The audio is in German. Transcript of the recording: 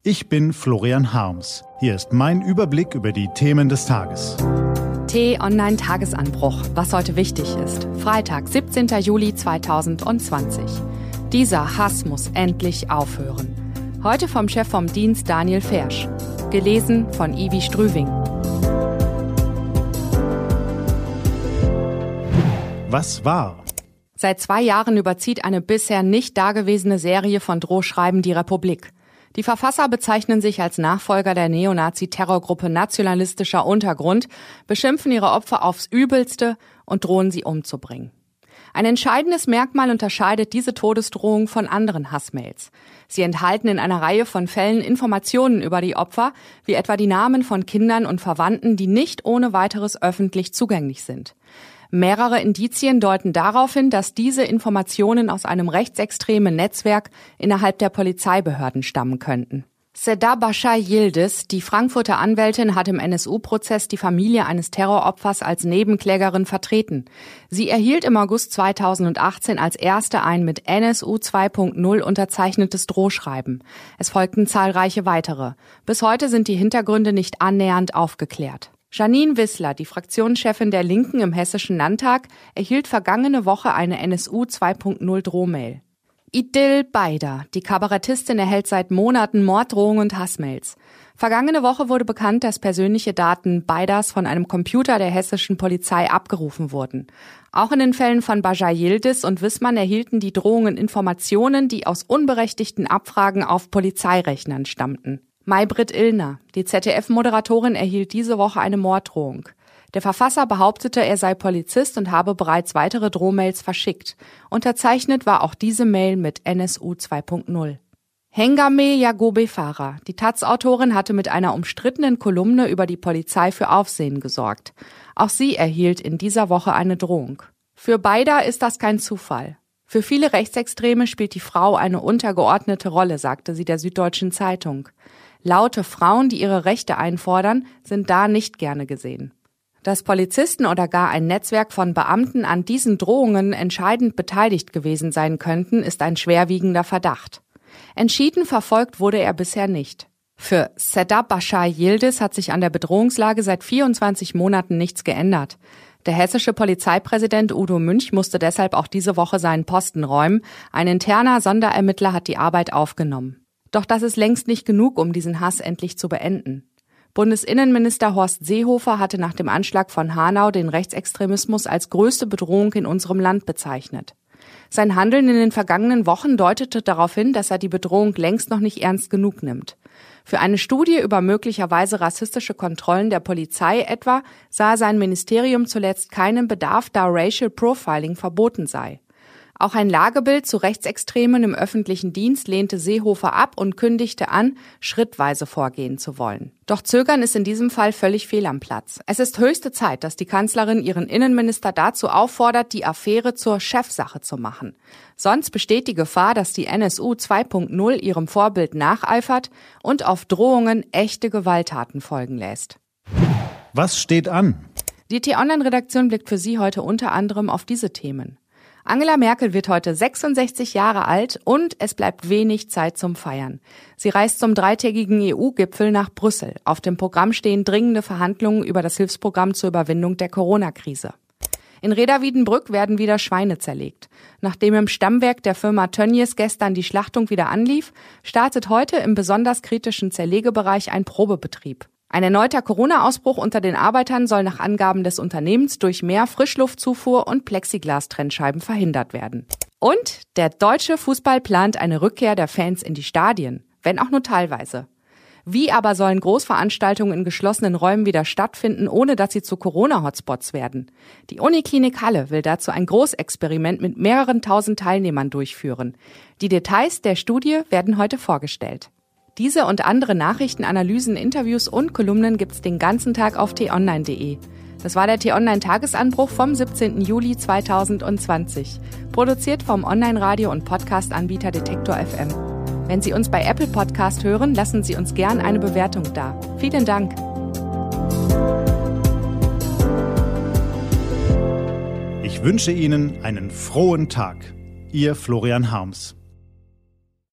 Ich bin Florian Harms. Hier ist mein Überblick über die Themen des Tages. T-Online-Tagesanbruch, was heute wichtig ist. Freitag, 17. Juli 2020. Dieser Hass muss endlich aufhören. Heute vom Chef vom Dienst Daniel Fersch. Gelesen von Ivi Strüving. Was war? Seit 2 Jahren überzieht eine bisher nicht dagewesene Serie von Drohschreiben die Republik. Die Verfasser bezeichnen sich als Nachfolger der Neonazi-Terrorgruppe Nationalistischer Untergrund, beschimpfen ihre Opfer aufs Übelste und drohen sie umzubringen. Ein entscheidendes Merkmal unterscheidet diese Todesdrohung von anderen Hassmails. Sie enthalten in einer Reihe von Fällen Informationen über die Opfer, wie etwa die Namen von Kindern und Verwandten, die nicht ohne weiteres öffentlich zugänglich sind. Mehrere Indizien deuten darauf hin, dass diese Informationen aus einem rechtsextremen Netzwerk innerhalb der Polizeibehörden stammen könnten. Seda Bascha Yildiz, die Frankfurter Anwältin, hat im NSU-Prozess die Familie eines Terroropfers als Nebenklägerin vertreten. Sie erhielt im August 2018 als erste ein mit NSU 2.0 unterzeichnetes Drohschreiben. Es folgten zahlreiche weitere. Bis heute sind die Hintergründe nicht annähernd aufgeklärt. Janine Wissler, die Fraktionschefin der Linken im Hessischen Landtag, erhielt vergangene Woche eine NSU 2.0 Drohmail. Idil Beider, die Kabarettistin, erhält seit Monaten Morddrohungen und Hassmails. Vergangene Woche wurde bekannt, dass persönliche Daten Beiders von einem Computer der hessischen Polizei abgerufen wurden. Auch in den Fällen von Bascha Yildiz und Wissmann erhielten die Drohungen Informationen, die aus unberechtigten Abfragen auf Polizeirechnern stammten. Maybrit Illner, die ZDF-Moderatorin, erhielt diese Woche eine Morddrohung. Der Verfasser behauptete, er sei Polizist und habe bereits weitere Drohmails verschickt. Unterzeichnet war auch diese Mail mit NSU 2.0. Hengame Yagobe Farah, die Taz-Autorin, hatte mit einer umstrittenen Kolumne über die Polizei für Aufsehen gesorgt. Auch sie erhielt in dieser Woche eine Drohung. Für Beider ist das kein Zufall. Für viele Rechtsextreme spielt die Frau eine untergeordnete Rolle, sagte sie der Süddeutschen Zeitung. Laute Frauen, die ihre Rechte einfordern, sind da nicht gerne gesehen. Dass Polizisten oder gar ein Netzwerk von Beamten an diesen Drohungen entscheidend beteiligt gewesen sein könnten, ist ein schwerwiegender Verdacht. Entschieden verfolgt wurde er bisher nicht. Für Seda Bascha Yildiz hat sich an der Bedrohungslage seit 24 Monaten nichts geändert. Der hessische Polizeipräsident Udo Münch musste deshalb auch diese Woche seinen Posten räumen. Ein interner Sonderermittler hat die Arbeit aufgenommen. Doch das ist längst nicht genug, um diesen Hass endlich zu beenden. Bundesinnenminister Horst Seehofer hatte nach dem Anschlag von Hanau den Rechtsextremismus als größte Bedrohung in unserem Land bezeichnet. Sein Handeln in den vergangenen Wochen deutete darauf hin, dass er die Bedrohung längst noch nicht ernst genug nimmt. Für eine Studie über möglicherweise rassistische Kontrollen der Polizei etwa sah sein Ministerium zuletzt keinen Bedarf, da Racial Profiling verboten sei. Auch ein Lagebild zu Rechtsextremen im öffentlichen Dienst lehnte Seehofer ab und kündigte an, schrittweise vorgehen zu wollen. Doch Zögern ist in diesem Fall völlig fehl am Platz. Es ist höchste Zeit, dass die Kanzlerin ihren Innenminister dazu auffordert, die Affäre zur Chefsache zu machen. Sonst besteht die Gefahr, dass die NSU 2.0 ihrem Vorbild nacheifert und auf Drohungen echte Gewalttaten folgen lässt. Was steht an? Die T-Online-Redaktion blickt für Sie heute unter anderem auf diese Themen. Angela Merkel wird heute 66 Jahre alt und es bleibt wenig Zeit zum Feiern. Sie reist zum 3-tägigen EU-Gipfel nach Brüssel. Auf dem Programm stehen dringende Verhandlungen über das Hilfsprogramm zur Überwindung der Corona-Krise. In Reda-Wiedenbrück werden wieder Schweine zerlegt. Nachdem im Stammwerk der Firma Tönnies gestern die Schlachtung wieder anlief, startet heute im besonders kritischen Zerlegebereich ein Probebetrieb. Ein erneuter Corona-Ausbruch unter den Arbeitern soll nach Angaben des Unternehmens durch mehr Frischluftzufuhr und Plexiglas-Trennscheiben verhindert werden. Und der deutsche Fußball plant eine Rückkehr der Fans in die Stadien, wenn auch nur teilweise. Wie aber sollen Großveranstaltungen in geschlossenen Räumen wieder stattfinden, ohne dass sie zu Corona-Hotspots werden? Die Uniklinik Halle will dazu ein Großexperiment mit mehreren tausend Teilnehmern durchführen. Die Details der Studie werden heute vorgestellt. Diese und andere Nachrichten, Analysen, Interviews und Kolumnen gibt's den ganzen Tag auf t-online.de. Das war der T-Online-Tagesanbruch vom 17. Juli 2020. Produziert vom Online-Radio- und Podcast-Anbieter Detektor FM. Wenn Sie uns bei Apple Podcast hören, lassen Sie uns gern eine Bewertung da. Vielen Dank. Ich wünsche Ihnen einen frohen Tag. Ihr Florian Harms.